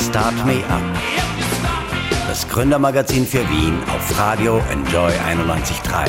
Start Me Up. Das Gründermagazin für Wien auf Radio Enjoy 91.3.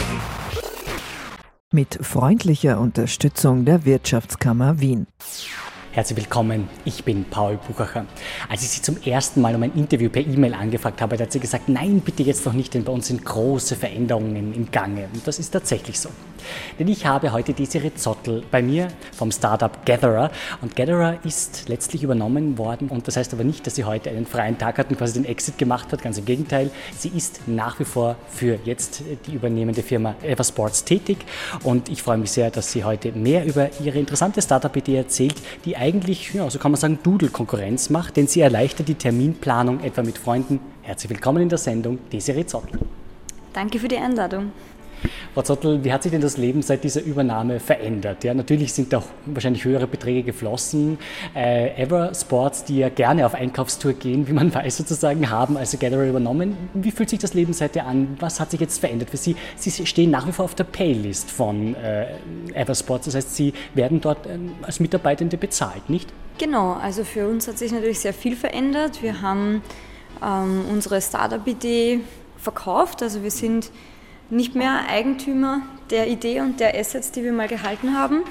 Mit freundlicher Unterstützung der Wirtschaftskammer Wien. Herzlich willkommen, ich bin Paul Buchacher. Als ich Sie zum ersten Mal um ein Interview per E-Mail angefragt habe, hat sie gesagt, nein, bitte jetzt noch nicht, denn bei uns sind große Veränderungen im Gange. Und das ist tatsächlich so. Denn ich habe heute Desiree Zottel bei mir vom Startup Gatherer. Und Gatherer ist letztlich übernommen worden. Und das heißt aber nicht, dass sie heute einen freien Tag hat und quasi den Exit gemacht hat. Ganz im Gegenteil. Sie ist nach wie vor für jetzt die übernehmende Firma Eversports tätig. Und ich freue mich sehr, dass sie heute mehr über ihre interessante Startup-Idee erzählt, die eigentlich, ja, so kann man sagen, Doodle-Konkurrenz macht, denn sie erleichtert die Terminplanung etwa mit Freunden. Herzlich willkommen in der Sendung, Desiree Zottel. Danke für die Einladung. Frau Zottel, wie hat sich denn das Leben seit dieser Übernahme verändert? Ja, natürlich sind auch wahrscheinlich höhere Beträge geflossen. Eversports, die ja gerne auf Einkaufstour gehen, wie man weiß sozusagen, haben also Gatherer übernommen. Wie fühlt sich das Leben seither an? Was hat sich jetzt verändert für Sie? Sie stehen nach wie vor auf der Paylist von Eversports, das heißt, Sie werden dort als Mitarbeitende bezahlt, nicht? Genau, also für uns hat sich natürlich sehr viel verändert. Wir haben unsere Startup-Idee verkauft, also wir sind nicht mehr Eigentümer der Idee und der Assets, die wir mal gehalten haben.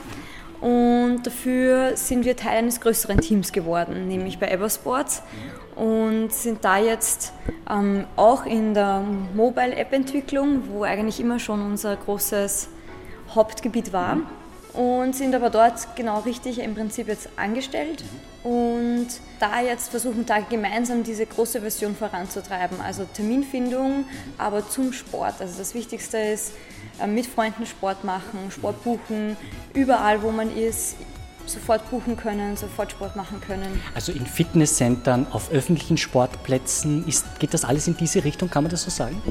Und dafür sind wir Teil eines größeren Teams geworden, nämlich bei Eversports. Und sind da jetzt auch in der Mobile-App-Entwicklung, wo eigentlich immer schon unser großes Hauptgebiet war. Und sind aber dort genau richtig im Prinzip jetzt angestellt und da jetzt versuchen, da gemeinsam diese große Version voranzutreiben, also Terminfindung, aber zum Sport. Also das Wichtigste ist, mit Freunden Sport machen, Sport buchen, überall wo man ist, sofort buchen können, sofort Sport machen können. Also in Fitnesscentern, auf öffentlichen Sportplätzen, geht das alles in diese Richtung, kann man das so sagen?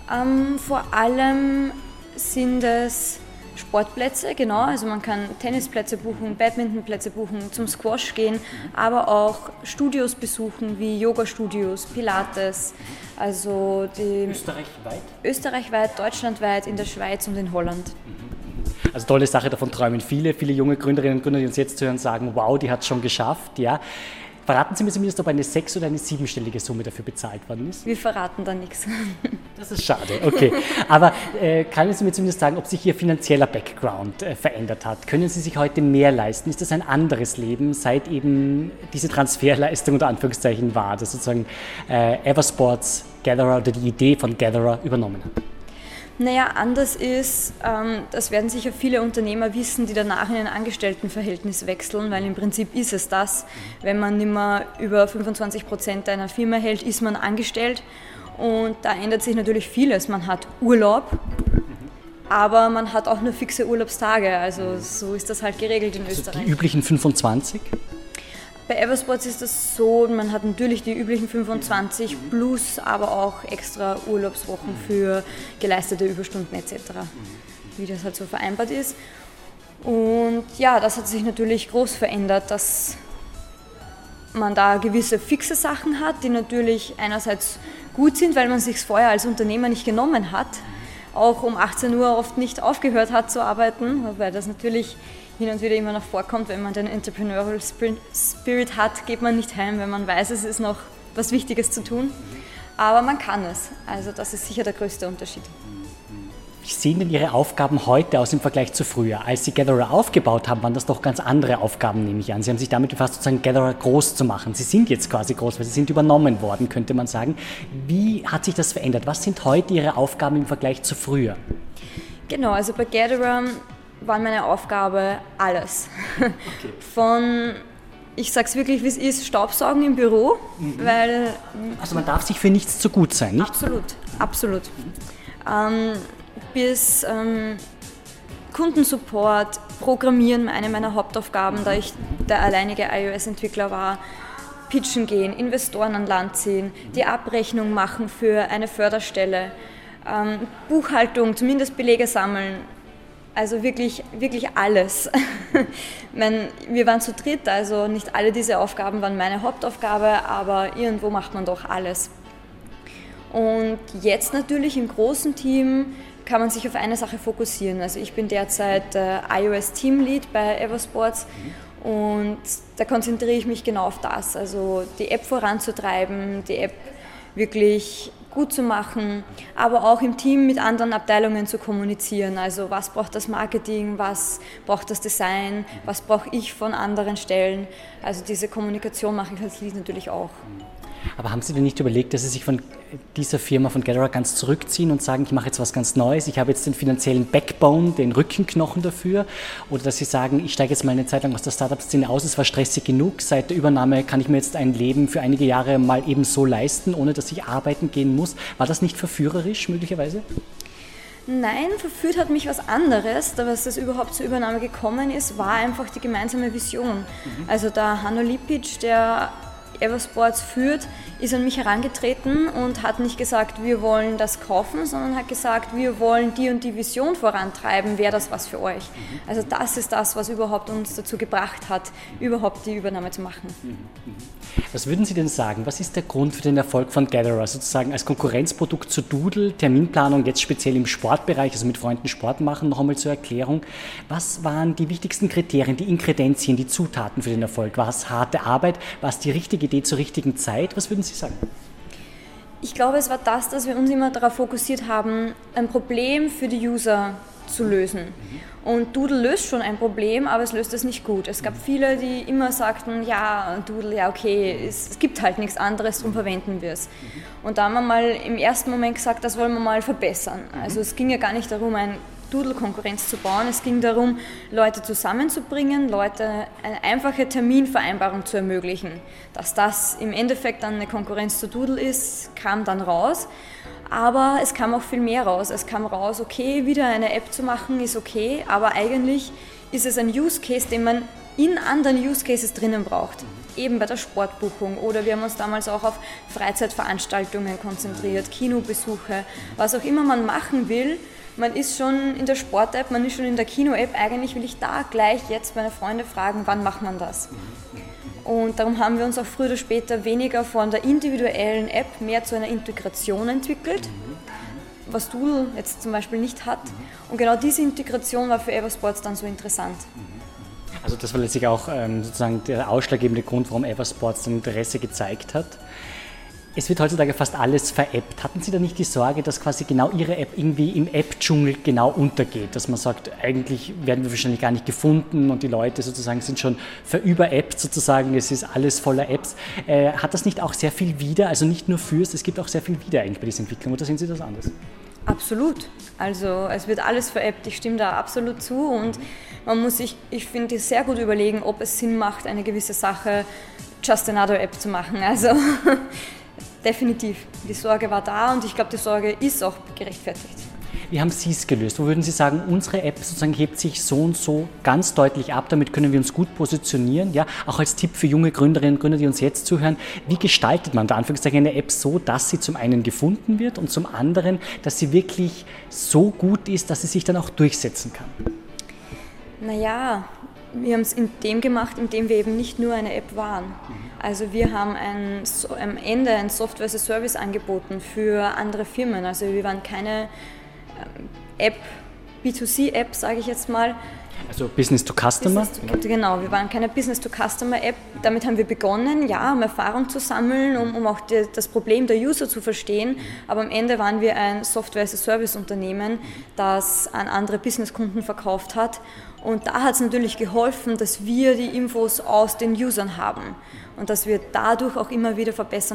Vor allem sind es Sportplätze, genau, also man kann Tennisplätze buchen, Badmintonplätze buchen, zum Squash gehen, aber auch Studios besuchen wie Yoga-Studios, Pilates, also die österreichweit, deutschlandweit, in der Schweiz und in Holland. Also tolle Sache, davon träumen viele junge Gründerinnen und Gründer, die uns jetzt zuhören, sagen, wow, die hat es schon geschafft, ja. Verraten Sie mir zumindest, ob eine 6- oder eine 7-stellige Summe dafür bezahlt worden ist? Wir verraten da nichts. Das ist schade, okay. Aber können Sie mir zumindest sagen, ob sich Ihr finanzieller Background verändert hat? Können Sie sich heute mehr leisten? Ist das ein anderes Leben, seit eben diese Transferleistung unter Anführungszeichen war, dass sozusagen Eversports Gatherer oder die Idee von Gatherer übernommen hat? Naja, anders ist, das werden sicher viele Unternehmer wissen, die danach in ein Angestelltenverhältnis wechseln, weil im Prinzip ist es das. Wenn man nicht mehr über 25% einer Firma hält, ist man angestellt und da ändert sich natürlich vieles. Man hat Urlaub, aber man hat auch nur fixe Urlaubstage, also so ist das halt geregelt in Österreich. Also die üblichen 25? Bei Eversports ist das so, man hat natürlich die üblichen 25 plus, aber auch extra Urlaubswochen für geleistete Überstunden etc., wie das halt so vereinbart ist. Und ja, das hat sich natürlich groß verändert, dass man da gewisse fixe Sachen hat, die natürlich einerseits gut sind, weil man es sich vorher als Unternehmer nicht genommen hat, auch um 18 Uhr oft nicht aufgehört hat zu arbeiten, weil das natürlich hin und wieder immer noch vorkommt, wenn man den Entrepreneurial Spirit hat, geht man nicht heim, wenn man weiß, es ist noch was Wichtiges zu tun. Aber man kann es. Also das ist sicher der größte Unterschied. Wie sehen denn Ihre Aufgaben heute aus im Vergleich zu früher? Als Sie Gatherer aufgebaut haben, waren das doch ganz andere Aufgaben, nehme ich an. Sie haben sich damit befasst, sozusagen Gatherer groß zu machen. Sie sind jetzt quasi groß, weil Sie sind übernommen worden, könnte man sagen. Wie hat sich das verändert? Was sind heute Ihre Aufgaben im Vergleich zu früher? Genau, also bei Gatherer war meine Aufgabe alles. Okay. Von, ich sag's wirklich wie es ist, Staubsaugen im Büro, weil... Also man darf sich für nichts zu gut sein, nicht? Absolut. Bis Kundensupport, Programmieren, eine meiner Hauptaufgaben, da ich der alleinige iOS-Entwickler war, pitchen gehen, Investoren an Land ziehen, die Abrechnung machen für eine Förderstelle, Buchhaltung, zumindest Belege sammeln, also wirklich alles. Wir waren zu dritt, also nicht alle diese Aufgaben waren meine Hauptaufgabe, aber irgendwo macht man doch alles. Und jetzt natürlich im großen Team kann man sich auf eine Sache fokussieren. Also ich bin derzeit iOS Team Lead bei Eversports Und da konzentriere ich mich genau auf das, also die App voranzutreiben, die App wirklich gut zu machen, aber auch im Team mit anderen Abteilungen zu kommunizieren. Also was braucht das Marketing, was braucht das Design, was brauche ich von anderen Stellen. Also diese Kommunikation mache ich als Lead natürlich auch. Aber haben Sie denn nicht überlegt, dass Sie sich von dieser Firma, von Gather ganz zurückziehen und sagen, ich mache jetzt was ganz Neues, ich habe jetzt den finanziellen Backbone, den Rückenknochen dafür? Oder dass Sie sagen, ich steige jetzt mal eine Zeit lang aus der Startup-Szene aus, es war stressig genug, seit der Übernahme kann ich mir jetzt ein Leben für einige Jahre mal eben so leisten, ohne dass ich arbeiten gehen muss. War das nicht verführerisch möglicherweise? Nein, verführt hat mich was anderes, da was das überhaupt zur Übernahme gekommen ist, war einfach die gemeinsame Vision. Also der Hanno Lipic, der Eversports führt, ist an mich herangetreten und hat nicht gesagt, wir wollen das kaufen, sondern hat gesagt, wir wollen die und die Vision vorantreiben, wäre das was für euch. Also das ist das, was überhaupt uns dazu gebracht hat, überhaupt die Übernahme zu machen. Was würden Sie denn sagen, was ist der Grund für den Erfolg von Gatherer, sozusagen als Konkurrenzprodukt zu Doodle, Terminplanung, jetzt speziell im Sportbereich, also mit Freunden Sport machen, noch einmal zur Erklärung. Was waren die wichtigsten Kriterien, die Inkredenzien, die Zutaten für den Erfolg? War es harte Arbeit? War es die richtige Idee zur richtigen Zeit? Was würden Sie sagen? Ich glaube, es war das, dass wir uns immer darauf fokussiert haben, ein Problem für die User zu lösen. Und Doodle löst schon ein Problem, aber es löst es nicht gut. Es gab viele, die immer sagten, ja, Doodle, ja okay, es gibt halt nichts anderes, darum verwenden wir es. Und da haben wir mal im ersten Moment gesagt, das wollen wir mal verbessern. Also es ging ja gar nicht darum, ein Doodle-Konkurrenz zu bauen. Es ging darum, Leute zusammenzubringen, Leute eine einfache Terminvereinbarung zu ermöglichen. Dass das im Endeffekt dann eine Konkurrenz zu Doodle ist, kam dann raus. Aber es kam auch viel mehr raus. Es kam raus, okay, wieder eine App zu machen ist okay, aber eigentlich ist es ein Use Case, den man in anderen Use Cases drinnen braucht. Eben bei der Sportbuchung oder wir haben uns damals auch auf Freizeitveranstaltungen konzentriert, Kinobesuche, was auch immer man machen will. Man ist schon in der Sport-App, man ist schon in der Kino-App. Eigentlich will ich da gleich jetzt meine Freunde fragen, wann macht man das? Und darum haben wir uns auch früher oder später weniger von der individuellen App mehr zu einer Integration entwickelt, was Doodle jetzt zum Beispiel nicht hat. Und genau diese Integration war für Eversports dann so interessant. Also das war letztlich auch sozusagen der ausschlaggebende Grund, warum Eversports dann Interesse gezeigt hat. Es wird heutzutage fast alles veräppt. Hatten Sie da nicht die Sorge, dass quasi genau Ihre App irgendwie im App-Dschungel genau untergeht? Dass man sagt, eigentlich werden wir wahrscheinlich gar nicht gefunden und die Leute sozusagen sind schon verüberappt sozusagen, es ist alles voller Apps. Hat das nicht auch sehr viel Wider, also nicht nur fürs, es gibt auch sehr viel Wider eigentlich bei dieser Entwicklung, oder sehen Sie das anders? Absolut. Also es wird alles veräppt, ich stimme da absolut zu und man muss sich, ich finde, sehr gut überlegen, ob es Sinn macht, eine gewisse Sache just another App zu machen. Also definitiv, die Sorge war da und ich glaube, die Sorge ist auch gerechtfertigt. Wie haben Sie es gelöst? Wo würden Sie sagen, unsere App sozusagen hebt sich so und so ganz deutlich ab, damit können wir uns gut positionieren? Ja, auch als Tipp für junge Gründerinnen und Gründer, die uns jetzt zuhören, wie gestaltet man da Anführungszeichen eine App so, dass sie zum einen gefunden wird und zum anderen, dass sie wirklich so gut ist, dass sie sich dann auch durchsetzen kann? Naja, wir haben es in dem gemacht, in dem wir eben nicht nur eine App waren. Also wir haben am Ende ein Software as a Service angeboten für andere Firmen. Also wir waren keine App, B2C-App, sage ich jetzt mal. Also Business to Customer? Genau, wir waren keine Business-to-Customer-App. Damit haben wir begonnen, ja, um Erfahrung zu sammeln, um auch das Problem der User zu verstehen. Aber am Ende waren wir ein Software-as-a-Service-Unternehmen, das an andere Businesskunden verkauft hat. Und da hat es natürlich geholfen, dass wir die Infos aus den Usern haben und dass wir dadurch auch immer wieder verbessern.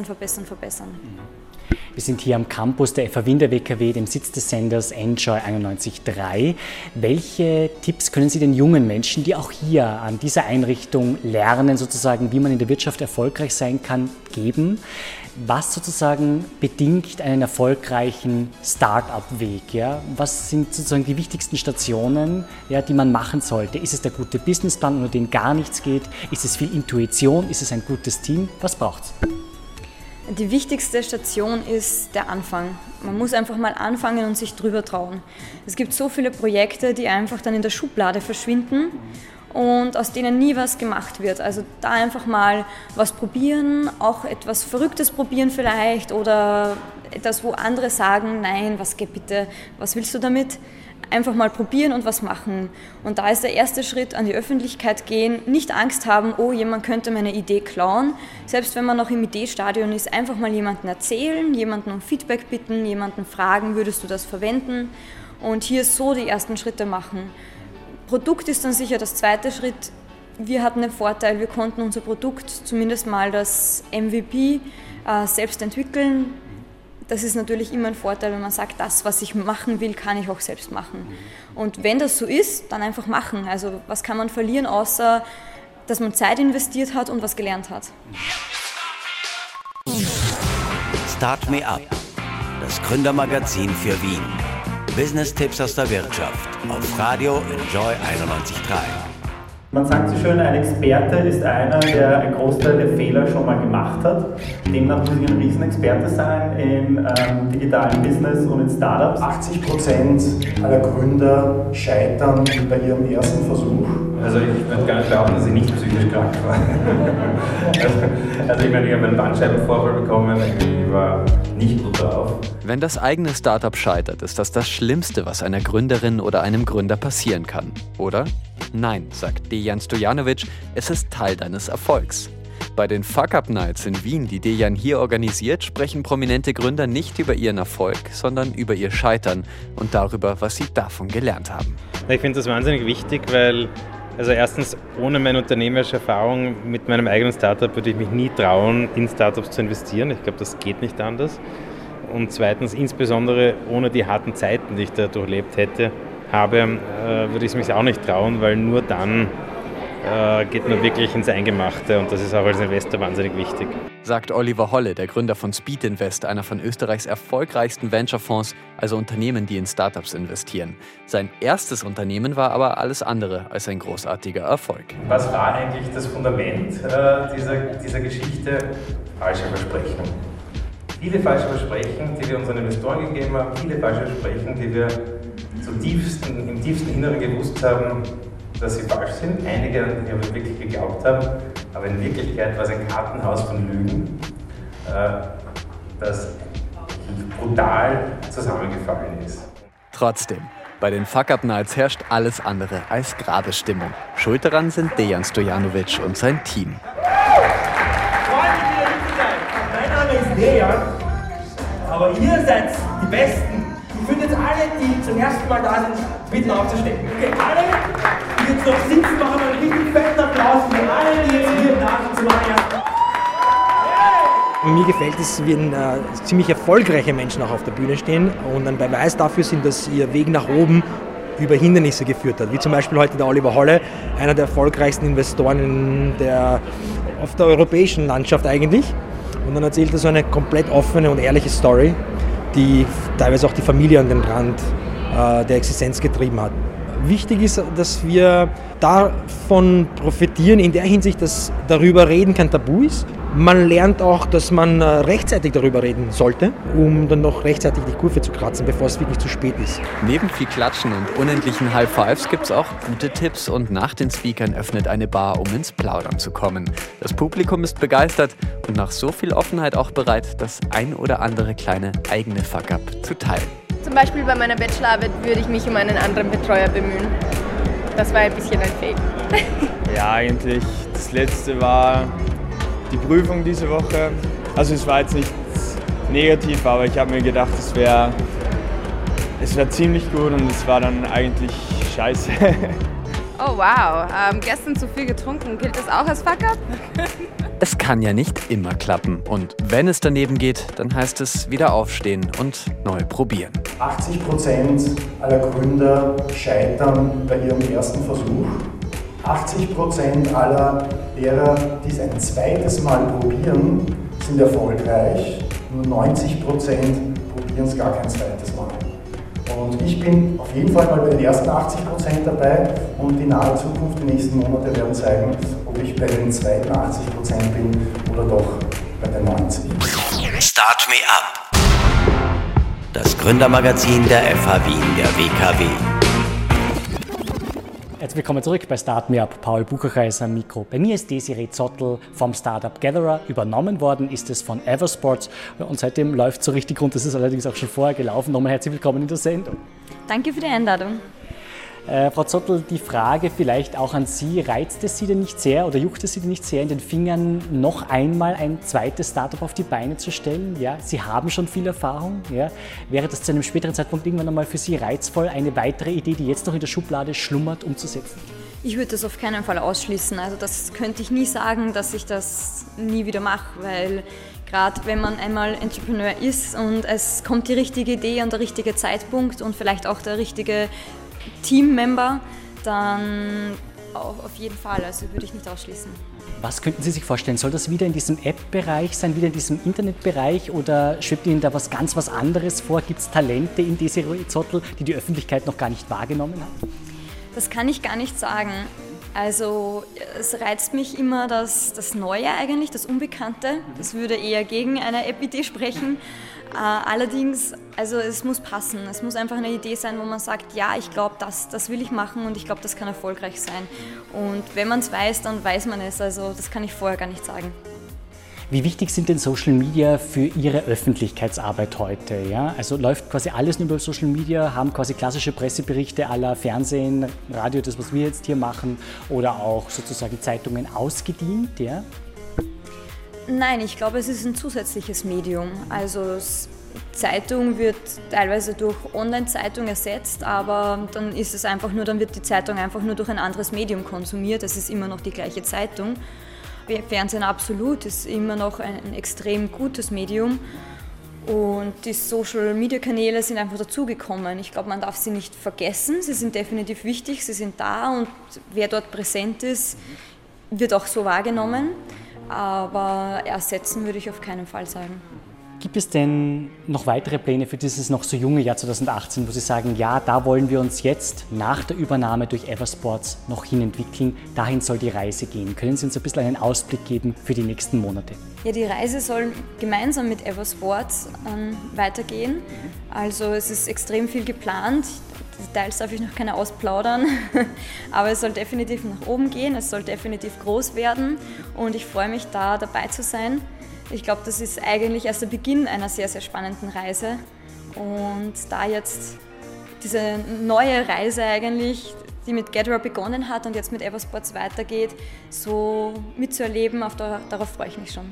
Wir sind hier am Campus der FAW in der WKW, dem Sitz des Senders Enjoy 91.3. Welche Tipps können Sie den jungen Menschen, die auch hier an dieser Einrichtung lernen, sozusagen, wie man in der Wirtschaft erfolgreich sein kann, geben? Was sozusagen bedingt einen erfolgreichen Start-up-Weg? Ja? Was sind sozusagen die wichtigsten Stationen, ja, die man machen sollte? Ist es der gute Businessplan, ohne den gar nichts geht? Ist es viel Intuition? Ist es ein gutes Team? Was braucht es? Die wichtigste Station ist der Anfang. Man muss einfach mal anfangen und sich drüber trauen. Es gibt so viele Projekte, die einfach dann in der Schublade verschwinden und aus denen nie was gemacht wird. Also da einfach mal was probieren, auch etwas Verrücktes probieren vielleicht oder etwas, wo andere sagen, nein, was geht bitte, was willst du damit? einfach mal probieren und was machen. Und da ist der erste Schritt, an die Öffentlichkeit gehen, nicht Angst haben, oh, jemand könnte meine Idee klauen. Selbst wenn man noch im Ideestadion ist, einfach mal jemanden erzählen, jemanden um Feedback bitten, jemanden fragen, würdest du das verwenden? Und hier so die ersten Schritte machen. Produkt ist dann sicher das zweite Schritt. Wir hatten den Vorteil, wir konnten unser Produkt, zumindest mal das MVP, selbst entwickeln. Das ist natürlich immer ein Vorteil, wenn man sagt, das, was ich machen will, kann ich auch selbst machen. Und wenn das so ist, dann einfach machen. Also was kann man verlieren, außer dass man Zeit investiert hat und was gelernt hat. Start Me Up, das Gründermagazin für Wien. Business-Tipps aus der Wirtschaft auf Radio Enjoy 91.3. Man sagt so schön, ein Experte ist einer, der einen Großteil der Fehler schon mal gemacht hat. Demnach muss ich ein Riesenexperte sein im digitalen Business und in Startups. 80% aller Gründer scheitern bei ihrem ersten Versuch. Also ich würde gar nicht glauben, dass ich nicht psychisch krank war. also ich meine, ich habe einen Bandscheibenvorfall bekommen, ich war nicht gut drauf. Wenn das eigene Startup scheitert, ist das das Schlimmste, was einer Gründerin oder einem Gründer passieren kann, oder? Nein, sagt Dejan Stojanovic, es ist Teil deines Erfolgs. Bei den Fuck-Up-Nights in Wien, die Dejan hier organisiert, sprechen prominente Gründer nicht über ihren Erfolg, sondern über ihr Scheitern und darüber, was sie davon gelernt haben. Ich finde das wahnsinnig wichtig, weil erstens, ohne meine unternehmerische Erfahrung mit meinem eigenen Startup würde ich mich nie trauen, in Startups zu investieren. Ich glaube, das geht nicht anders. Und zweitens, insbesondere ohne die harten Zeiten, die ich da durchlebt habe, würde ich es mich auch nicht trauen, weil nur dann geht man wirklich ins Eingemachte und das ist auch als Investor wahnsinnig wichtig. Sagt Oliver Holle, der Gründer von Speed Invest, einer von Österreichs erfolgreichsten Venture-Fonds, also Unternehmen, die in Startups investieren. Sein erstes Unternehmen war aber alles andere als ein großartiger Erfolg. Was war eigentlich das Fundament dieser Geschichte? Falsche Versprechen. Viele falsche Versprechen, die wir unseren Investoren gegeben haben, viele falsche Versprechen, die wir im tiefsten Inneren gewusst haben, dass sie falsch sind. Einige, die wir wirklich geglaubt haben, aber in Wirklichkeit war es ein Kartenhaus von Lügen, das brutal zusammengefallen ist. Trotzdem, bei den Fuck-Up-Nights herrscht alles andere als Grabesstimmung. Schuld daran sind Dejan Stojanovic und sein Team. Mein Name ist Dejan, aber ihr seid die Besten. Ich würde jetzt alle, die zum ersten Mal da sind, bitten aufzustehen. Okay, alle, die jetzt noch sitzen, machen einen richtig fetten Applaus für alle, die jetzt hier nach zum Eier. Mir gefällt es, wenn ziemlich erfolgreiche Menschen auch auf der Bühne stehen und ein Beweis dafür sind, dass ihr Weg nach oben über Hindernisse geführt hat. Wie zum Beispiel heute der Oliver Holle, einer der erfolgreichsten Investoren auf der europäischen Landschaft eigentlich. Und dann erzählt er so eine komplett offene und ehrliche Story, die teilweise auch die Familie an den Rand der Existenz getrieben hat. Wichtig ist, dass wir davon profitieren, in der Hinsicht, dass darüber reden kein Tabu ist. Man lernt auch, dass man rechtzeitig darüber reden sollte, um dann noch rechtzeitig die Kurve zu kratzen, bevor es wirklich zu spät ist. Neben viel Klatschen und unendlichen High Fives gibt es auch gute Tipps und nach den Speakern öffnet eine Bar, um ins Plaudern zu kommen. Das Publikum ist begeistert und nach so viel Offenheit auch bereit, das ein oder andere kleine eigene Fuck-Up zu teilen. Zum Beispiel bei meiner Bachelorarbeit würde ich mich um einen anderen Betreuer bemühen. Das war ein bisschen ein Fake. Ja, eigentlich das letzte war die Prüfung diese Woche. Also es war jetzt nicht negativ, aber ich habe mir gedacht, es wäre ziemlich gut und es war dann eigentlich scheiße. Oh wow, gestern zu viel getrunken, gilt das auch als Fuck-Up? Es kann ja nicht immer klappen und wenn es daneben geht, dann heißt es wieder aufstehen und neu probieren. 80% aller Gründer scheitern bei ihrem ersten Versuch. 80% aller derer, die es ein zweites Mal probieren, sind erfolgreich. Nur 90% probieren es gar kein zweites Mal. Und ich bin auf jeden Fall mal bei den ersten 80% dabei und die nahe Zukunft, die nächsten Monate werden zeigen, ob ich bei den zweiten 80% bin oder doch bei den 90%. Start Me Up, das Gründermagazin der FH Wien, der WKW. Herzlich willkommen zurück bei Start Me Up. Paul Buchacher ist am Mikro. Bei mir ist Desiree Zottl vom Startup Gatherer. Übernommen worden ist es von Eversports und seitdem läuft es so richtig rund. Das ist allerdings auch schon vorher gelaufen. Nochmal herzlich willkommen in der Sendung. Danke für die Einladung. Frau Zottl, die Frage vielleicht auch an Sie, reizt es Sie denn nicht sehr oder juckt es Sie denn nicht sehr in den Fingern, noch einmal ein zweites Startup auf die Beine zu stellen? Ja, Sie haben schon viel Erfahrung. Ja. Wäre das zu einem späteren Zeitpunkt irgendwann einmal für Sie reizvoll, eine weitere Idee, die jetzt noch in der Schublade schlummert, umzusetzen? Ich würde das auf keinen Fall ausschließen. Also das könnte ich nie sagen, dass ich das nie wieder mache, weil gerade wenn man einmal Entrepreneur ist und es kommt die richtige Idee und der richtige Zeitpunkt und vielleicht auch der richtige Teammember, dann auf jeden Fall, also würde ich nicht ausschließen. Was könnten Sie sich vorstellen? Soll das wieder in diesem App-Bereich sein, wieder in diesem Internetbereich oder schwebt Ihnen da was anderes vor? Gibt es Talente in Desiree Zottl, die die Öffentlichkeit noch gar nicht wahrgenommen hat? Das kann ich gar nicht sagen. Also es reizt mich immer das Neue eigentlich, das Unbekannte. Das würde eher gegen eine App-Idee sprechen. Allerdings, also es muss passen. Es muss einfach eine Idee sein, wo man sagt, ja, ich glaube, das will ich machen und ich glaube, das kann erfolgreich sein. Und wenn man es weiß, dann weiß man es. Also das kann ich vorher gar nicht sagen. Wie wichtig sind denn Social Media für Ihre Öffentlichkeitsarbeit heute? Ja? Also läuft quasi alles nur über Social Media, haben quasi klassische Presseberichte à la Fernsehen, Radio, das was wir jetzt hier machen, oder auch sozusagen Zeitungen ausgedient? Ja? Nein, ich glaube, es ist ein zusätzliches Medium. Also Zeitung wird teilweise durch Online-Zeitung ersetzt, aber dann ist es einfach nur, dann wird die Zeitung einfach nur durch ein anderes Medium konsumiert. Es ist immer noch die gleiche Zeitung. Fernsehen absolut ist immer noch ein extrem gutes Medium und die Social-Media-Kanäle sind einfach dazugekommen. Ich glaube, man darf sie nicht vergessen, sie sind definitiv wichtig, sie sind da und wer dort präsent ist, wird auch so wahrgenommen, aber ersetzen würde ich auf keinen Fall sagen. Gibt es denn noch weitere Pläne für dieses noch so junge Jahr 2018, wo Sie sagen, ja, da wollen wir uns jetzt nach der Übernahme durch Eversports noch hinentwickeln, dahin soll die Reise gehen? Können Sie uns ein bisschen einen Ausblick geben für die nächsten Monate? Ja, die Reise soll gemeinsam mit Eversports weitergehen. Also es ist extrem viel geplant. Details darf ich noch keine ausplaudern, aber es soll definitiv nach oben gehen, es soll definitiv groß werden und ich freue mich, da dabei zu sein. Ich glaube, das ist eigentlich erst der Beginn einer sehr, sehr spannenden Reise. Und da jetzt diese neue Reise eigentlich, die mit Gatherer begonnen hat und jetzt mit Eversports weitergeht, so mitzuerleben, darauf freue ich mich schon.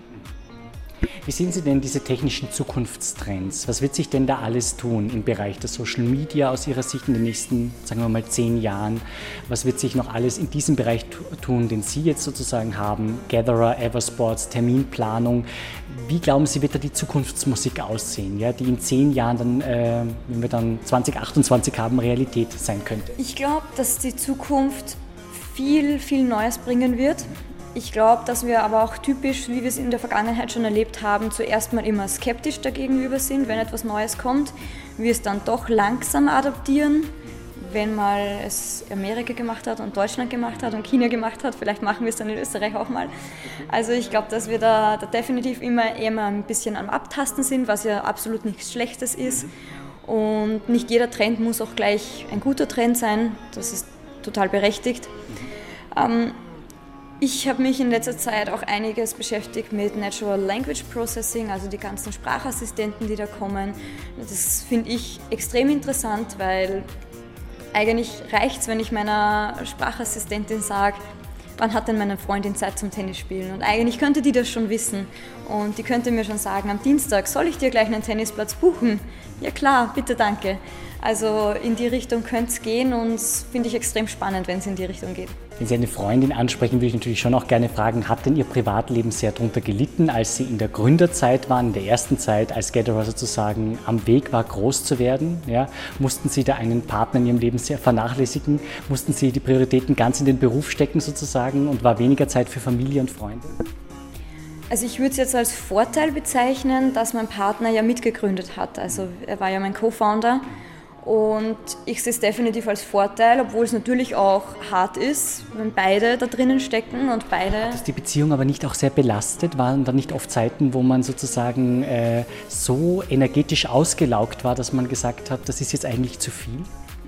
Wie sehen Sie denn diese technischen Zukunftstrends? Was wird sich denn da alles tun im Bereich der Social Media aus Ihrer Sicht in den nächsten, sagen wir mal, 10 Jahren? Was wird sich noch alles in diesem Bereich tun, den Sie jetzt sozusagen haben? Gatherer, Eversports, Terminplanung. Wie glauben Sie, wird da die Zukunftsmusik aussehen, ja, die in 10 Jahren dann, wenn wir dann 2028 haben, Realität sein könnte? Ich glaube, dass die Zukunft viel, viel Neues bringen wird. Ich glaube, dass wir aber auch typisch, wie wir es in der Vergangenheit schon erlebt haben, zuerst mal immer skeptisch dagegenüber sind, wenn etwas Neues kommt. Wir es dann doch langsam adaptieren, wenn mal es Amerika gemacht hat und Deutschland gemacht hat und China gemacht hat, vielleicht machen wir es dann in Österreich auch mal. Also ich glaube, dass wir da definitiv immer ein bisschen am Abtasten sind, was ja absolut nichts Schlechtes ist. Und nicht jeder Trend muss auch gleich ein guter Trend sein, das ist total berechtigt. Ich habe mich in letzter Zeit auch einiges beschäftigt mit Natural Language Processing, also die ganzen Sprachassistenten, die da kommen. Das finde ich extrem interessant, weil eigentlich reicht es, wenn ich meiner Sprachassistentin sage, wann hat denn meine Freundin Zeit zum Tennisspielen? Und eigentlich könnte die das schon wissen. Und die könnte mir schon sagen, am Dienstag soll ich dir gleich einen Tennisplatz buchen? Ja klar, bitte, danke. Also in die Richtung könnte es gehen und finde ich extrem spannend, wenn es in die Richtung geht. Wenn Sie eine Freundin ansprechen, würde ich natürlich schon auch gerne fragen, hat denn Ihr Privatleben sehr darunter gelitten, als Sie in der Gründerzeit waren, in der ersten Zeit, als Gatherer sozusagen am Weg war, groß zu werden? Ja? Mussten Sie da einen Partner in Ihrem Leben sehr vernachlässigen? Mussten Sie die Prioritäten ganz in den Beruf stecken sozusagen und war weniger Zeit für Familie und Freunde? Also ich würde es jetzt als Vorteil bezeichnen, dass mein Partner ja mitgegründet hat. Also er war ja mein Co-Founder. Und ich sehe es definitiv als Vorteil, obwohl es natürlich auch hart ist, wenn beide da drinnen stecken und beide... Hat das die Beziehung aber nicht auch sehr belastet? Waren da nicht oft Zeiten, wo man sozusagen so energetisch ausgelaugt war, dass man gesagt hat, das ist jetzt eigentlich zu viel?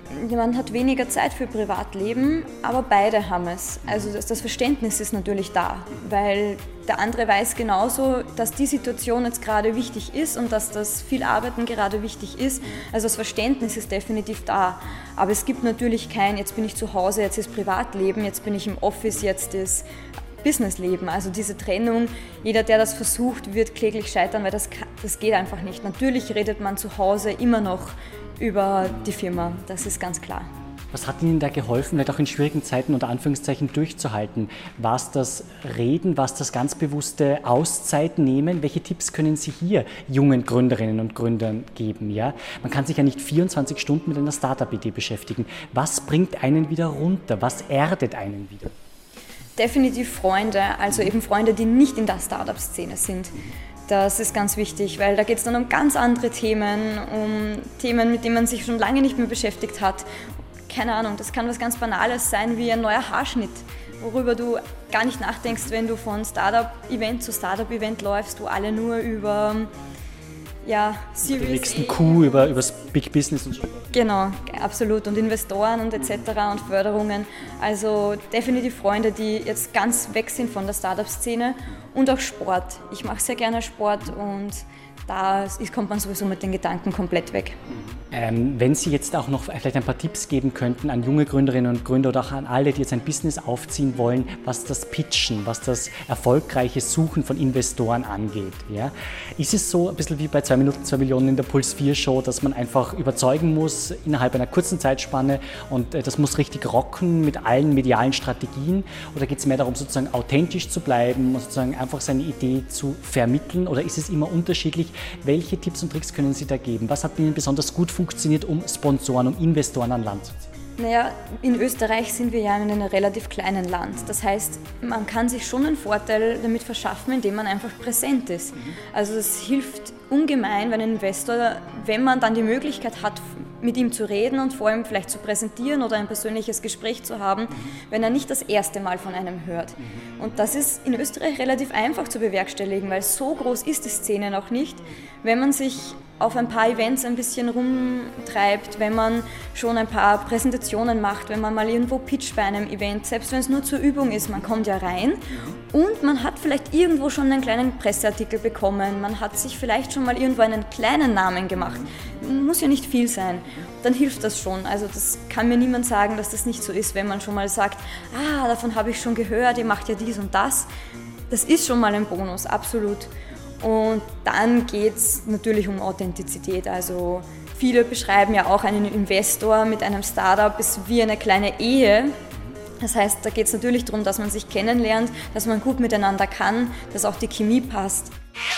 man hat weniger Zeit für Privatleben, aber beide haben es. Also das Verständnis ist natürlich da, weil der andere weiß genauso, dass die Situation jetzt gerade wichtig ist und dass das viel Arbeiten gerade wichtig ist. Also das Verständnis ist definitiv da. Aber es gibt natürlich kein, jetzt bin ich zu Hause, jetzt ist Privatleben, jetzt bin ich im Office, jetzt ist Businessleben. Also diese Trennung, jeder, der das versucht, wird kläglich scheitern, weil das geht einfach nicht. Natürlich redet man zu Hause immer noch über die Firma, das ist ganz klar. Was hat Ihnen da geholfen, vielleicht auch in schwierigen Zeiten unter Anführungszeichen durchzuhalten? War es das Reden, war es das ganz bewusste Auszeit nehmen? Welche Tipps können Sie hier jungen Gründerinnen und Gründern geben? Ja? Man kann sich ja nicht 24 Stunden mit einer Startup-Idee beschäftigen. Was bringt einen wieder runter? Was erdet einen wieder? Definitiv Freunde, also eben Freunde, die nicht in der Startup-Szene sind. Das ist ganz wichtig, weil da geht es dann um ganz andere Themen, mit denen man sich schon lange nicht mehr beschäftigt hat. Keine Ahnung, das kann was ganz Banales sein wie ein neuer Haarschnitt, worüber du gar nicht nachdenkst, wenn du von Startup-Event zu Startup-Event läufst, wo alle nur über Series den nächsten Coup, über das Big Business und so. Genau, absolut. Und Investoren und etc. und Förderungen. Also definitiv Freunde, die jetzt ganz weg sind von der Startup-Szene und auch Sport. Ich mache sehr gerne Sport und da kommt man sowieso mit den Gedanken komplett weg. Wenn Sie jetzt auch noch vielleicht ein paar Tipps geben könnten an junge Gründerinnen und Gründer oder auch an alle, die jetzt ein Business aufziehen wollen, was das Pitchen, was das erfolgreiche Suchen von Investoren angeht. Ja? Ist es so ein bisschen wie bei 2 Minuten 2 Millionen in der Puls 4 Show, dass man einfach überzeugen muss innerhalb einer kurzen Zeitspanne und das muss richtig rocken mit allen medialen Strategien? Oder geht es mehr darum, sozusagen authentisch zu bleiben und sozusagen einfach seine Idee zu vermitteln? Oder ist es immer unterschiedlich? Welche Tipps und Tricks können Sie da geben? Was hat Ihnen besonders gut funktioniert, um Sponsoren, um Investoren an Land zu ziehen? Naja, in Österreich sind wir ja in einem relativ kleinen Land. Das heißt, man kann sich schon einen Vorteil damit verschaffen, indem man einfach präsent ist. Also es hilft ungemein, wenn ein Investor, wenn man dann die Möglichkeit hat, mit ihm zu reden und vor ihm vielleicht zu präsentieren oder ein persönliches Gespräch zu haben, wenn er nicht das erste Mal von einem hört. Und das ist in Österreich relativ einfach zu bewerkstelligen, weil so groß ist die Szene noch nicht. Wenn man sich auf ein paar Events ein bisschen rumtreibt, wenn man schon ein paar Präsentationen macht, wenn man mal irgendwo pitcht bei einem Event, selbst wenn es nur zur Übung ist, man kommt ja rein und man hat vielleicht irgendwo schon einen kleinen Presseartikel bekommen, man hat sich vielleicht schon mal irgendwo einen kleinen Namen gemacht, muss ja nicht viel sein, dann hilft das schon. Also das kann mir niemand sagen, dass das nicht so ist, wenn man schon mal sagt, davon habe ich schon gehört, ihr macht ja dies und das. Das ist schon mal ein Bonus, absolut. Und dann geht es natürlich um Authentizität. Also viele beschreiben ja auch einen Investor mit einem Startup ist wie eine kleine Ehe. Das heißt, da geht es natürlich darum, dass man sich kennenlernt, dass man gut miteinander kann, dass auch die Chemie passt.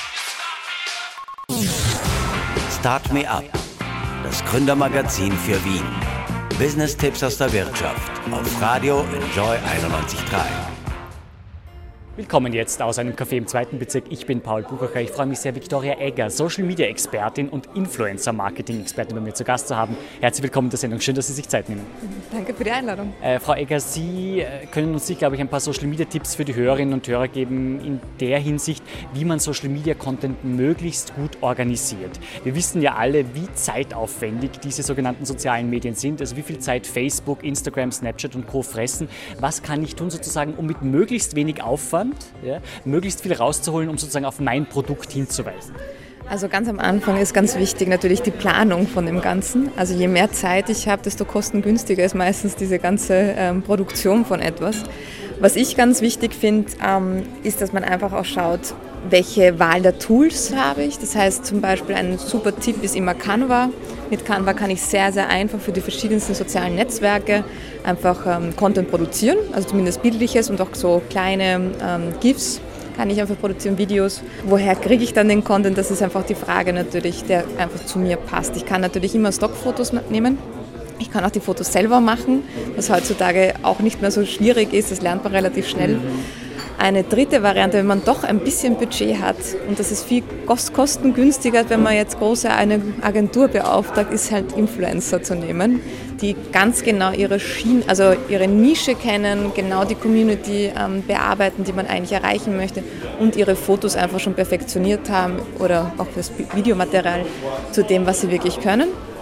Start Me Up, das Gründermagazin für Wien. Business-Tipps aus der Wirtschaft auf Radio Enjoy 91.3. Willkommen jetzt aus einem Café im 2. Bezirk. Ich bin Paul Buchacher. Ich freue mich sehr, Viktoria Egger, Social-Media-Expertin und Influencer-Marketing-Expertin bei mir zu Gast zu haben. Herzlich willkommen in der Sendung. Schön, dass Sie sich Zeit nehmen. Danke für die Einladung. Frau Egger, Sie können uns, glaube ich, ein paar Social-Media-Tipps für die Hörerinnen und Hörer geben in der Hinsicht, wie man Social-Media-Content möglichst gut organisiert. Wir wissen ja alle, wie zeitaufwendig diese sogenannten sozialen Medien sind, also wie viel Zeit Facebook, Instagram, Snapchat und Co. fressen. Was kann ich tun, sozusagen, um mit möglichst wenig Aufwand möglichst viel rauszuholen, um sozusagen auf mein Produkt hinzuweisen? Also ganz am Anfang ist ganz wichtig natürlich die Planung von dem Ganzen. Also je mehr Zeit ich habe, desto kostengünstiger ist meistens diese ganze Produktion von etwas. Was ich ganz wichtig finde, ist, dass man einfach auch schaut, welche Wahl der Tools habe ich. Das heißt zum Beispiel ein super Tipp ist immer Canva. Mit Canva kann ich sehr, sehr einfach für die verschiedensten sozialen Netzwerke einfach Content produzieren, also zumindest bildliches und auch so kleine GIFs kann ich einfach produzieren, Videos. Woher kriege ich dann den Content? Das ist einfach die Frage natürlich, der einfach zu mir passt. Ich kann natürlich immer Stockfotos nehmen. Ich kann auch die Fotos selber machen, was heutzutage auch nicht mehr so schwierig ist, das lernt man relativ schnell. Eine dritte Variante, wenn man doch ein bisschen Budget hat und das ist viel kostengünstiger, wenn man jetzt eine Agentur beauftragt, ist halt Influencer zu nehmen, die ganz genau ihre Nische kennen, genau die Community bearbeiten, die man eigentlich erreichen möchte und ihre Fotos einfach schon perfektioniert haben oder auch das Videomaterial zu dem, was sie wirklich können.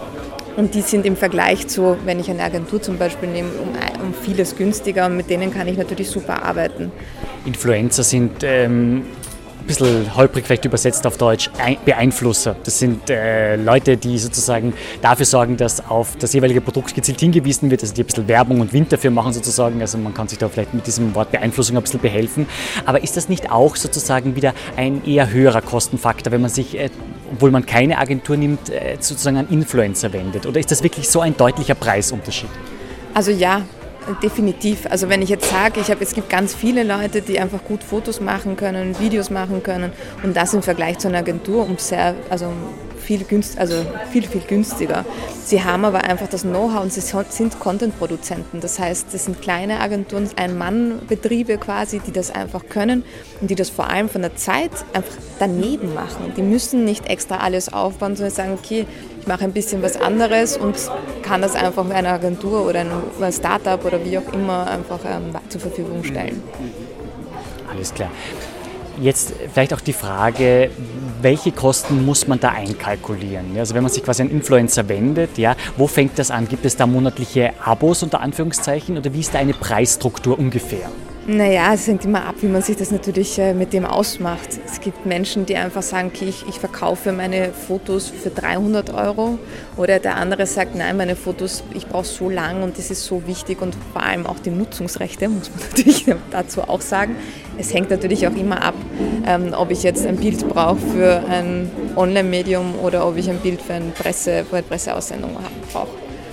Und die sind im Vergleich zu, wenn ich eine Agentur zum Beispiel nehme, um vieles günstiger und mit denen kann ich natürlich super arbeiten. Influencer sind ein bisschen holprig vielleicht übersetzt auf Deutsch, Beeinflusser. Das sind Leute, die sozusagen dafür sorgen, dass auf das jeweilige Produkt gezielt hingewiesen wird, also die ein bisschen Werbung und Wind dafür machen sozusagen. Also man kann sich da vielleicht mit diesem Wort Beeinflussung ein bisschen behelfen. Aber ist das nicht auch sozusagen wieder ein eher höherer Kostenfaktor, wenn man sich, obwohl man keine Agentur nimmt, sozusagen an Influencer wendet? Oder ist das wirklich so ein deutlicher Preisunterschied? Also ja, definitiv. Also wenn ich jetzt sage, es gibt ganz viele Leute, die einfach gut Fotos machen können, Videos machen können und das im Vergleich zu einer Agentur viel günstiger. Sie haben aber einfach das Know-how und sie sind Content-Produzenten. Das heißt, das sind kleine Agenturen, Ein-Mann-Betriebe quasi, die das einfach können und die das vor allem von der Zeit einfach daneben machen. Die müssen nicht extra alles aufbauen, sondern sagen, okay, ich mache ein bisschen was anderes und kann das einfach einer Agentur oder einem Startup oder wie auch immer einfach zur Verfügung stellen. Alles klar. Jetzt vielleicht auch die Frage, welche Kosten muss man da einkalkulieren? Also wenn man sich quasi an Influencer wendet, ja, wo fängt das an? Gibt es da monatliche Abos unter Anführungszeichen oder wie ist da eine Preisstruktur ungefähr? Naja, es hängt immer ab, wie man sich das natürlich mit dem ausmacht. Es gibt Menschen, die einfach sagen, okay, ich verkaufe meine Fotos für 300 € oder der andere sagt, nein, meine Fotos, ich brauche so lang und das ist so wichtig und vor allem auch die Nutzungsrechte, muss man natürlich dazu auch sagen. Es hängt natürlich auch immer ab, ob ich jetzt ein Bild brauche für ein Online-Medium oder ob ich ein Bild für eine Presseaussendung brauche.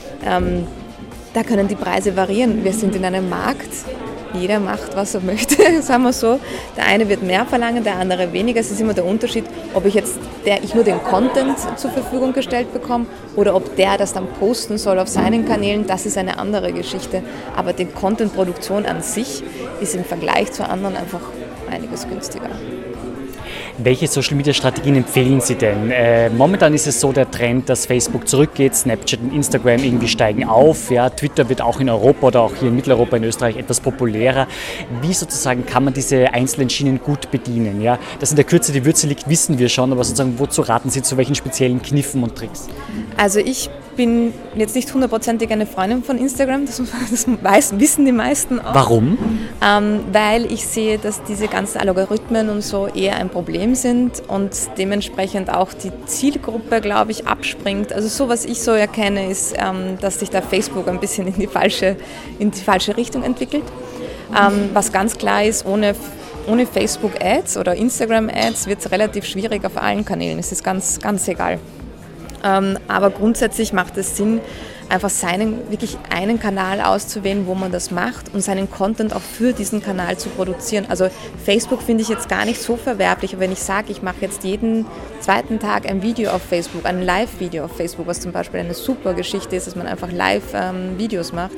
Da können die Preise variieren. Wir sind in einem Markt, jeder macht, was er möchte, sagen wir so. Der eine wird mehr verlangen, der andere weniger. Es ist immer der Unterschied, ob ich nur den Content zur Verfügung gestellt bekomme oder ob der das dann posten soll auf seinen Kanälen. Das ist eine andere Geschichte. Aber die Content-Produktion an sich ist im Vergleich zu anderen einfach einiges günstiger. Welche Social-Media-Strategien empfehlen Sie denn? Momentan ist es so der Trend, dass Facebook zurückgeht, Snapchat und Instagram irgendwie steigen auf. Ja, Twitter wird auch in Europa oder auch hier in Mitteleuropa, in Österreich etwas populärer. Wie sozusagen kann man diese einzelnen Schienen gut bedienen? Ja, dass in der Kürze die Würze liegt, wissen wir schon, aber sozusagen wozu raten Sie, zu welchen speziellen Kniffen und Tricks? Also ich bin jetzt nicht 100%ig eine Freundin von Instagram, das wissen die meisten auch. Warum? Weil ich sehe, dass diese ganzen Algorithmen und so eher ein Problem sind und dementsprechend auch die Zielgruppe, glaube ich, abspringt. Also so, was ich so erkenne, ist, dass sich da Facebook ein bisschen in die falsche Richtung entwickelt. Was ganz klar ist, ohne Facebook-Ads oder Instagram-Ads wird es relativ schwierig auf allen Kanälen. Es ist ganz, ganz egal. Aber grundsätzlich macht es Sinn, einfach wirklich einen Kanal auszuwählen, wo man das macht und seinen Content auch für diesen Kanal zu produzieren. Also Facebook finde ich jetzt gar nicht so verwerflich, aber wenn ich sage, ich mache jetzt jeden zweiten Tag ein Video auf Facebook, ein Live-Video auf Facebook, was zum Beispiel eine super Geschichte ist, dass man einfach Live-Videos macht,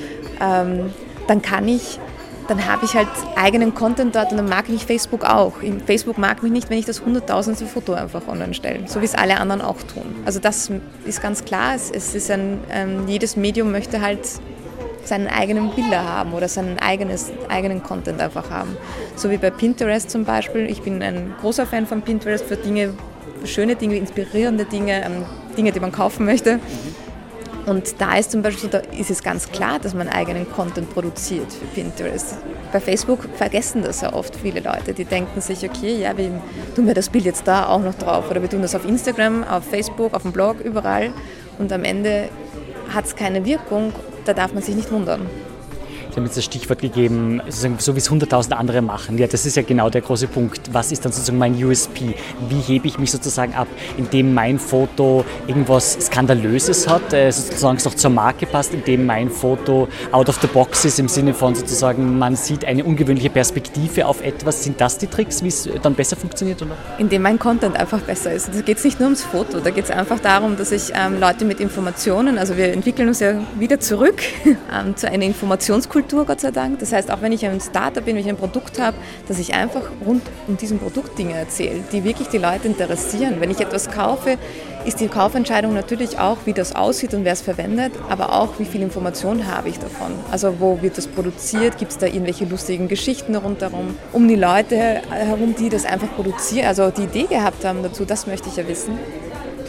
dann habe ich halt eigenen Content dort und dann mag mich Facebook auch. Facebook mag mich nicht, wenn ich das 100.000. Foto einfach online stelle, so wie es alle anderen auch tun. Also das ist ganz klar, jedes Medium möchte halt seinen eigenen Bilder haben oder seinen eigenen Content einfach haben. So wie bei Pinterest zum Beispiel. Ich bin ein großer Fan von Pinterest für schöne Dinge, inspirierende Dinge, Dinge, die man kaufen möchte. Und da ist zum Beispiel so, da ist es ganz klar, dass man eigenen Content produziert für Pinterest. Bei Facebook vergessen das ja oft viele Leute, die denken sich, okay, ja, wir tun wir das Bild jetzt da auch noch drauf oder wir tun das auf Instagram, auf Facebook, auf dem Blog, überall und am Ende hat es keine Wirkung, da darf man sich nicht wundern. Sie haben jetzt das Stichwort gegeben, so wie es 100.000 andere machen. Ja, das ist ja genau der große Punkt. Was ist dann sozusagen mein USP? Wie hebe ich mich sozusagen ab, indem mein Foto irgendwas Skandalöses hat, sozusagen es noch zur Marke passt, indem mein Foto out of the box ist, im Sinne von sozusagen, man sieht eine ungewöhnliche Perspektive auf etwas. Sind das die Tricks, wie es dann besser funktioniert? Oder? Indem mein Content einfach besser ist. Da geht es nicht nur ums Foto, da geht es einfach darum, dass ich Leute mit Informationen, also wir entwickeln uns ja wieder zurück zu einer Informationskultur, Gott sei Dank. Das heißt, auch wenn ich ein Startup bin, wenn ich ein Produkt habe, dass ich einfach rund um diesen Produkt Dinge erzähle, die wirklich die Leute interessieren. Wenn ich etwas kaufe, ist die Kaufentscheidung natürlich auch, wie das aussieht und wer es verwendet, aber auch, wie viel Information habe ich davon. Also wo wird das produziert, gibt es da irgendwelche lustigen Geschichten rundherum, um die Leute herum, die das einfach produzieren, also die Idee gehabt haben dazu, das möchte ich ja wissen.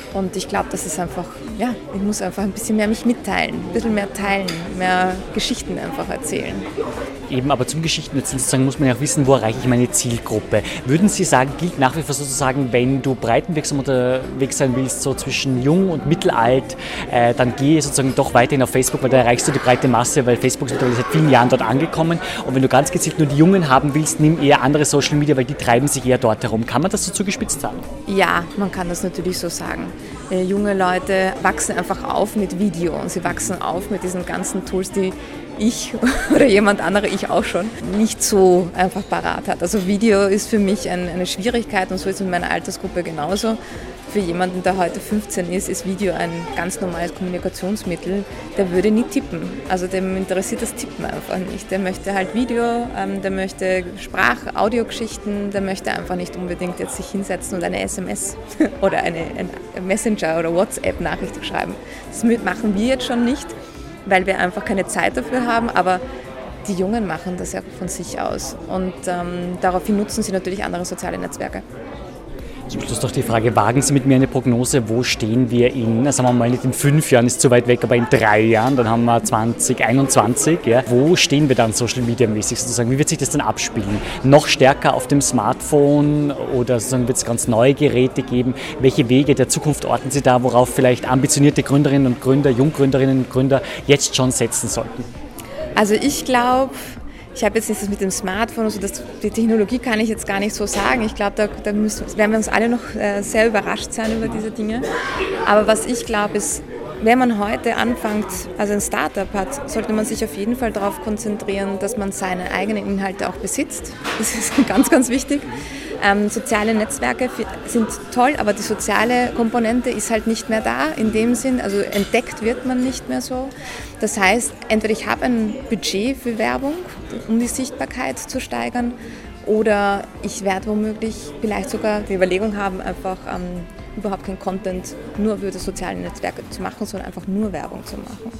Und ich glaube, das ist einfach, ja, ich muss einfach ein bisschen mehr mich mitteilen, ein bisschen mehr teilen, mehr Geschichten einfach erzählen. Eben, aber zum Geschichtenerzählen sozusagen muss man ja auch wissen, wo erreiche ich meine Zielgruppe. Würden Sie sagen, gilt nach wie vor sozusagen, wenn du breitenwirksam unterwegs sein willst, so zwischen jung und mittelalt, dann gehe sozusagen doch weiterhin auf Facebook, weil da erreichst du die breite Masse, weil Facebook ist mittlerweile seit vielen Jahren dort angekommen. Und wenn du ganz gezielt nur die Jungen haben willst, nimm eher andere Social Media, weil die treiben sich eher dort herum. Kann man das so zugespitzt sagen? Ja, man kann das natürlich so sagen. Junge Leute wachsen einfach auf mit Video und sie wachsen auf mit diesen ganzen Tools, die ich oder jemand andere, ich auch schon, nicht so einfach parat hat. Also Video ist für mich eine Schwierigkeit und so ist es in meiner Altersgruppe genauso. Für jemanden, der heute 15 ist Video ein ganz normales Kommunikationsmittel. Der würde nie tippen. Also dem interessiert das Tippen einfach nicht. Der möchte halt Video, der möchte Sprach-Audio-Geschichten, der möchte einfach nicht unbedingt jetzt sich hinsetzen und eine SMS oder eine Messenger- oder WhatsApp-Nachricht schreiben. Das machen wir jetzt schon nicht, weil wir einfach keine Zeit dafür haben, aber die Jungen machen das ja von sich aus und daraufhin nutzen sie natürlich andere soziale Netzwerke. Zum Schluss doch die Frage, wagen Sie mit mir eine Prognose, wo stehen wir sagen wir mal nicht in 5 Jahren, ist zu weit weg, aber in 3 Jahren, dann haben wir 2021, ja. Wo stehen wir dann Social Media mäßig sozusagen? Wie wird sich das dann abspielen? Noch stärker auf dem Smartphone oder sozusagen wird es ganz neue Geräte geben? Welche Wege der Zukunft orten Sie da, worauf vielleicht ambitionierte Gründerinnen und Gründer, Junggründerinnen und Gründer jetzt schon setzen sollten? Also ich glaube, ich habe jetzt nicht das mit dem Smartphone, also die Technologie kann ich jetzt gar nicht so sagen. Ich glaube, da werden wir uns alle noch sehr überrascht sein über diese Dinge. Aber was ich glaube ist, wenn man heute anfängt, also ein Startup hat, sollte man sich auf jeden Fall darauf konzentrieren, dass man seine eigenen Inhalte auch besitzt. Das ist ganz, ganz wichtig. Soziale Netzwerke sind toll, aber die soziale Komponente ist halt nicht mehr da in dem Sinn, also entdeckt wird man nicht mehr so. Das heißt, entweder ich habe ein Budget für Werbung, um die Sichtbarkeit zu steigern, oder ich werde womöglich vielleicht sogar die Überlegung haben, einfach überhaupt kein Content nur für die sozialen Netzwerke zu machen, sondern einfach nur Werbung zu machen.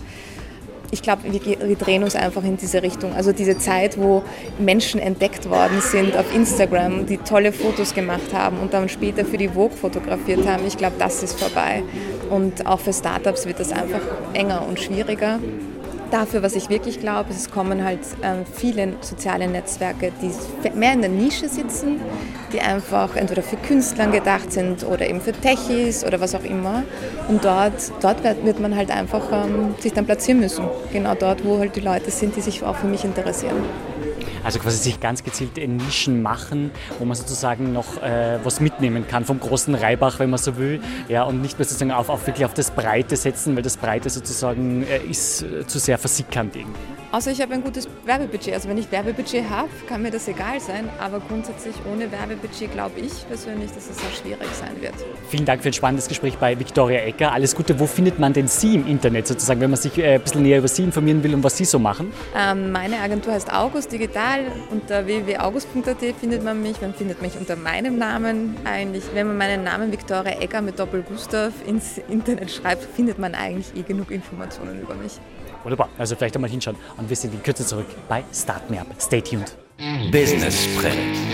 Ich glaube, wir drehen uns einfach in diese Richtung. Also diese Zeit, wo Menschen entdeckt worden sind auf Instagram, die tolle Fotos gemacht haben und dann später für die Vogue fotografiert haben, ich glaube, das ist vorbei. Und auch für Startups wird das einfach enger und schwieriger. Dafür, was ich wirklich glaube, es kommen halt viele soziale Netzwerke, die mehr in der Nische sitzen, die einfach entweder für Künstlern gedacht sind oder eben für Techies oder was auch immer. Und dort wird man halt einfach sich dann platzieren müssen. Genau dort, wo halt die Leute sind, die sich auch für mich interessieren. Also quasi sich ganz gezielt in Nischen machen, wo man sozusagen noch was mitnehmen kann vom großen Reibach, wenn man so will, ja, und nicht mehr sozusagen wirklich auf das Breite setzen, weil das Breite sozusagen ist zu sehr versickernd irgendwie. Außer ich habe ein gutes Werbebudget. Also wenn ich Werbebudget habe, kann mir das egal sein, aber grundsätzlich ohne Werbebudget glaube ich persönlich, dass es sehr schwierig sein wird. Vielen Dank für ein spannendes Gespräch bei Viktoria Ecker. Alles Gute. Wo findet man denn Sie im Internet sozusagen, wenn man sich ein bisschen näher über Sie informieren will und was Sie so machen? Meine Agentur heißt August Digital. Unter www.august.at findet man mich. Man findet mich unter meinem Namen eigentlich. Wenn man meinen Namen Viktoria Ecker mit Doppel-Gustav ins Internet schreibt, findet man eigentlich genug Informationen über mich. Wunderbar, also vielleicht einmal hinschauen und wir sind in Kürze zurück bei Start Me Up. Stay tuned. Business Sprint.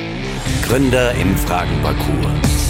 Gründer im Fragenparcours.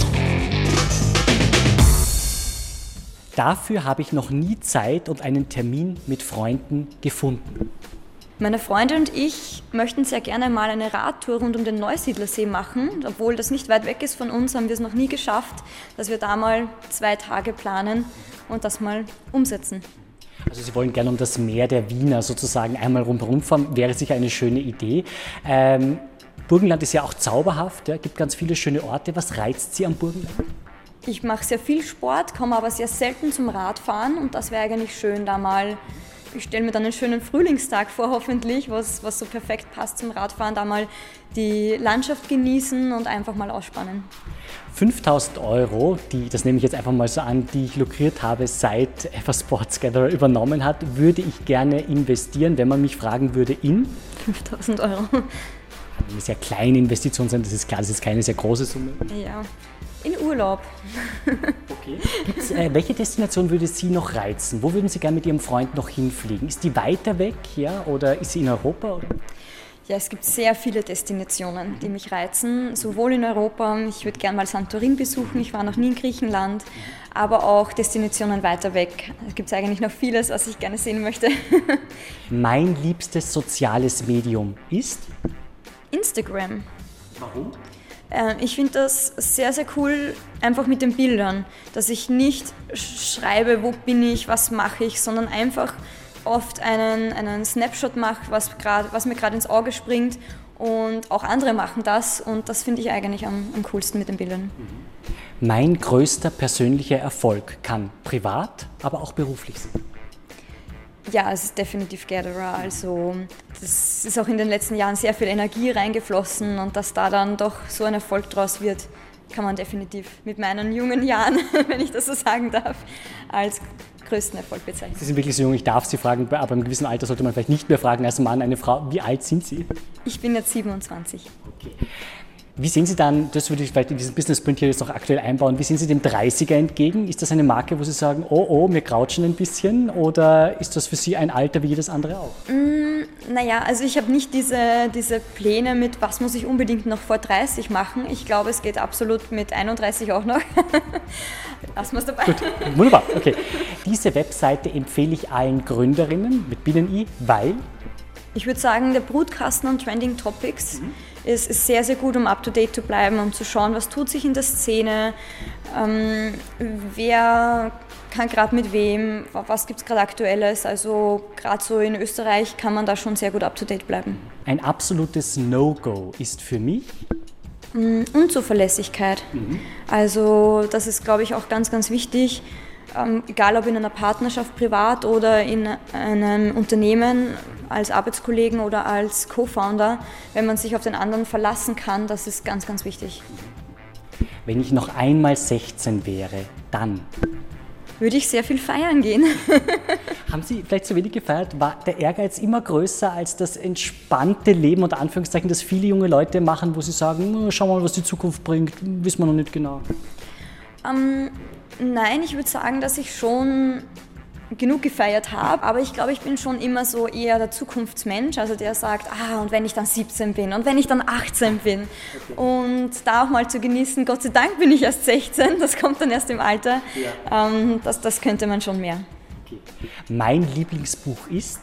Dafür habe ich noch nie Zeit und einen Termin mit Freunden gefunden. Meine Freunde und ich möchten sehr gerne mal eine Radtour rund um den Neusiedlersee machen. Obwohl das nicht weit weg ist von uns, haben wir es noch nie geschafft, dass wir da mal 2 Tage planen und das mal umsetzen. Also Sie wollen gerne um das Meer der Wiener sozusagen einmal rundherum fahren, wäre sicher eine schöne Idee. Burgenland ist ja auch zauberhaft, ja, gibt ganz viele schöne Orte. Was reizt Sie am Burgenland? Ich mache sehr viel Sport, komme aber sehr selten zum Radfahren und das wäre eigentlich schön, da mal, ich stelle mir dann einen schönen Frühlingstag vor hoffentlich, was so perfekt passt zum Radfahren, da mal die Landschaft genießen und einfach mal ausspannen. 5.000 €, das nehme ich jetzt einfach mal so an, die ich lukriert habe, seit Ever Sports Gatherer übernommen hat, würde ich gerne investieren, wenn man mich fragen würde, in? 5.000 €. Eine sehr kleine Investition sein, das ist klar, das ist keine sehr große Summe. Ja, in Urlaub. Okay. Welche Destination würde Sie noch reizen? Wo würden Sie gerne mit Ihrem Freund noch hinfliegen? Ist die weiter weg, ja, oder ist sie in Europa? Oder? Ja, es gibt sehr viele Destinationen, die mich reizen, sowohl in Europa, ich würde gerne mal Santorin besuchen, ich war noch nie in Griechenland, aber auch Destinationen weiter weg. Es gibt eigentlich noch vieles, was ich gerne sehen möchte. Mein liebstes soziales Medium ist? Instagram. Warum? Ich finde das sehr, sehr cool, einfach mit den Bildern, dass ich nicht schreibe, wo bin ich, was mache ich, sondern einfach oft einen Snapshot mache, was mir gerade ins Auge springt, und auch andere machen das, und das finde ich eigentlich am coolsten mit den Bildern. Mein größter persönlicher Erfolg kann privat, aber auch beruflich sein. Ja, es ist definitiv Gatherer, also das ist auch in den letzten Jahren sehr viel Energie reingeflossen, und dass da dann doch so ein Erfolg draus wird, kann man definitiv mit meinen jungen Jahren, wenn ich das so sagen darf, als größten Erfolg bezeichnen. Sie sind wirklich so jung, ich darf Sie fragen, aber im gewissen Alter sollte man vielleicht nicht mehr fragen als Mann, eine Frau. Wie alt sind Sie? Ich bin jetzt 27. Okay. Wie sehen Sie dann, das würde ich vielleicht in diesen Business Sprint hier jetzt noch aktuell einbauen, wie sehen Sie dem 30er entgegen? Ist das eine Marke, wo Sie sagen, oh, mir grautschen ein bisschen, oder ist das für Sie ein Alter wie jedes andere auch? Naja, also ich habe nicht diese Pläne mit, was muss ich unbedingt noch vor 30 machen. Ich glaube, es geht absolut mit 31 auch noch. Lassen wir es dabei. Gut, wunderbar, okay. Diese Webseite empfehle ich allen Gründerinnen mit Binnen-I, weil? Ich würde sagen, der Brutkasten an Trending Topics ist sehr, sehr gut, um up-to-date zu bleiben, um zu schauen, was tut sich in der Szene, wer kann gerade mit wem, was gibt es gerade Aktuelles. Also gerade so in Österreich kann man da schon sehr gut up-to-date bleiben. Ein absolutes No-Go ist für mich? Unzuverlässigkeit. Also das ist, glaube ich, auch ganz, ganz wichtig. Egal ob in einer Partnerschaft privat oder in einem Unternehmen als Arbeitskollegen oder als Co-Founder, wenn man sich auf den anderen verlassen kann, das ist ganz, ganz wichtig. Wenn ich noch einmal 16 wäre, dann? Würde ich sehr viel feiern gehen. Haben Sie vielleicht zu wenig gefeiert? War der Ehrgeiz immer größer als das entspannte Leben, unter Anführungszeichen, das viele junge Leute machen, wo sie sagen, schauen wir mal, was die Zukunft bringt, wissen wir noch nicht genau? Nein, ich würde sagen, dass ich schon genug gefeiert habe, aber ich glaube, ich bin schon immer so eher der Zukunftsmensch, also der sagt, und wenn ich dann 17 bin und wenn ich dann 18 bin, und da auch mal zu genießen, Gott sei Dank bin ich erst 16, das kommt dann erst im Alter, das könnte man schon mehr. Okay. Mein Lieblingsbuch ist?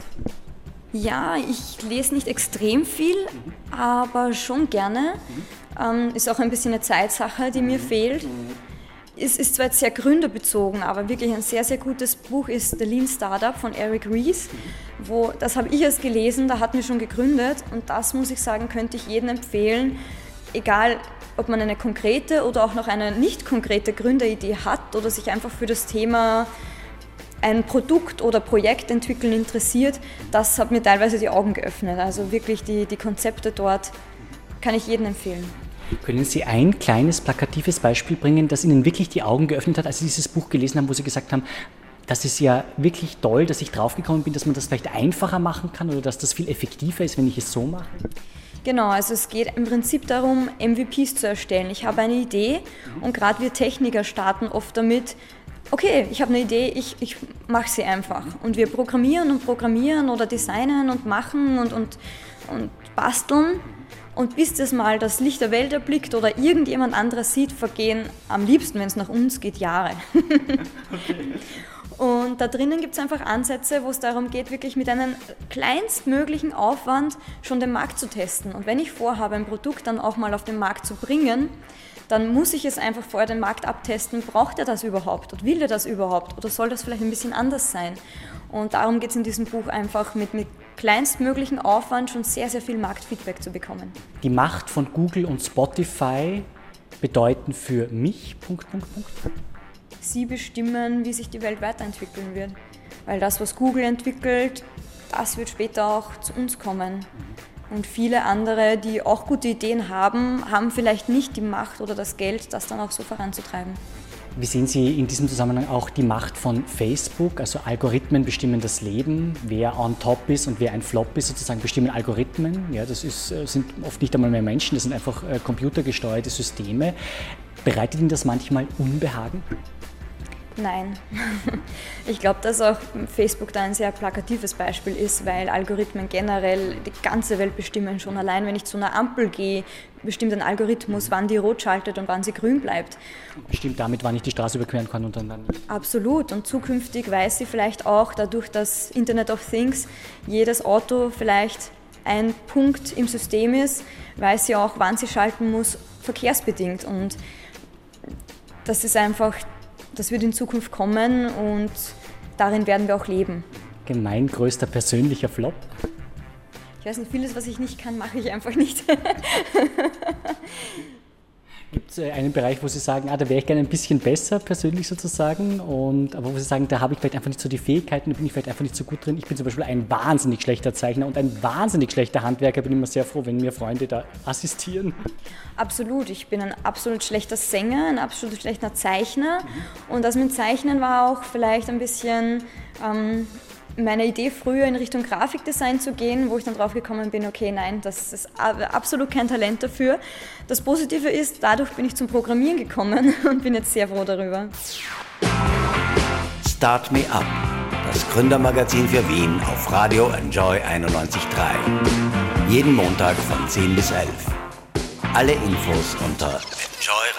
Ja, ich lese nicht extrem viel, aber schon gerne, ist auch ein bisschen eine Zeitsache, die mir fehlt. Es ist zwar jetzt sehr gründerbezogen, aber wirklich ein sehr, sehr gutes Buch ist The Lean Startup von Eric Ries. Das habe ich erst gelesen, da hatten wir schon gegründet, und das, muss ich sagen, könnte ich jedem empfehlen, egal ob man eine konkrete oder auch noch eine nicht konkrete Gründeridee hat oder sich einfach für das Thema ein Produkt oder Projekt entwickeln interessiert. Das hat mir teilweise die Augen geöffnet. Also wirklich die Konzepte dort kann ich jedem empfehlen. Können Sie ein kleines plakatives Beispiel bringen, das Ihnen wirklich die Augen geöffnet hat, als Sie dieses Buch gelesen haben, wo Sie gesagt haben, das ist ja wirklich toll, dass ich draufgekommen bin, dass man das vielleicht einfacher machen kann oder dass das viel effektiver ist, wenn ich es so mache? Genau, also es geht im Prinzip darum, MVPs zu erstellen. Ich habe eine Idee, und gerade wir Techniker starten oft damit, okay, ich habe eine Idee, ich mache sie einfach. Und wir programmieren oder designen und machen und basteln. Und bis das mal das Licht der Welt erblickt oder irgendjemand anderes sieht, vergehen am liebsten, wenn es nach uns geht, Jahre. Okay. Und da drinnen gibt es einfach Ansätze, wo es darum geht, wirklich mit einem kleinstmöglichen Aufwand schon den Markt zu testen. Und wenn ich vorhabe, ein Produkt dann auch mal auf den Markt zu bringen, dann muss ich es einfach vorher den Markt abtesten. Braucht er das überhaupt? Und will er das überhaupt? Oder soll das vielleicht ein bisschen anders sein? Und darum geht es in diesem Buch einfach mit kleinstmöglichen Aufwand schon sehr, sehr viel Marktfeedback zu bekommen. Die Macht von Google und Spotify bedeuten für mich... Sie bestimmen, wie sich die Welt weiterentwickeln wird. Weil das, was Google entwickelt, das wird später auch zu uns kommen. Und viele andere, die auch gute Ideen haben, haben vielleicht nicht die Macht oder das Geld, das dann auch so voranzutreiben. Wie sehen Sie in diesem Zusammenhang auch die Macht von Facebook? Also Algorithmen bestimmen das Leben. Wer on top ist und wer ein Flop ist, sozusagen bestimmen Algorithmen. Ja, das sind oft nicht einmal mehr Menschen, das sind einfach computergesteuerte Systeme. Bereitet Ihnen das manchmal Unbehagen? Nein. Ich glaube, dass auch Facebook da ein sehr plakatives Beispiel ist, weil Algorithmen generell die ganze Welt bestimmen. Schon allein, wenn ich zu einer Ampel gehe, bestimmt ein Algorithmus, wann die rot schaltet und wann sie grün bleibt. Bestimmt damit, wann ich die Straße überqueren kann und dann nicht. Absolut. Und zukünftig weiß sie vielleicht auch, dadurch, dass Internet of Things jedes Auto vielleicht ein Punkt im System ist, weiß sie auch, wann sie schalten muss, verkehrsbedingt. Und das ist einfach... Das wird in Zukunft kommen und darin werden wir auch leben. Mein größter persönlicher Flop? Ich weiß nicht, vieles, was ich nicht kann, mache ich einfach nicht. Gibt es einen Bereich, wo Sie sagen, da wäre ich gerne ein bisschen besser persönlich sozusagen, aber wo Sie sagen, da habe ich vielleicht einfach nicht so die Fähigkeiten, da bin ich vielleicht einfach nicht so gut drin. Ich bin zum Beispiel ein wahnsinnig schlechter Zeichner und ein wahnsinnig schlechter Handwerker. Bin immer sehr froh, wenn mir Freunde da assistieren. Absolut. Ich bin ein absolut schlechter Sänger, ein absolut schlechter Zeichner. Und das mit Zeichnen war auch vielleicht ein bisschen meine Idee früher in Richtung Grafikdesign zu gehen, wo ich dann drauf gekommen bin, okay, nein, das ist absolut kein Talent dafür. Das Positive ist, dadurch bin ich zum Programmieren gekommen und bin jetzt sehr froh darüber. Start Me Up, das Gründermagazin für Wien auf Radio Enjoy 91.3. Jeden Montag von 10 bis 11. Alle Infos unter enjoyradio.at.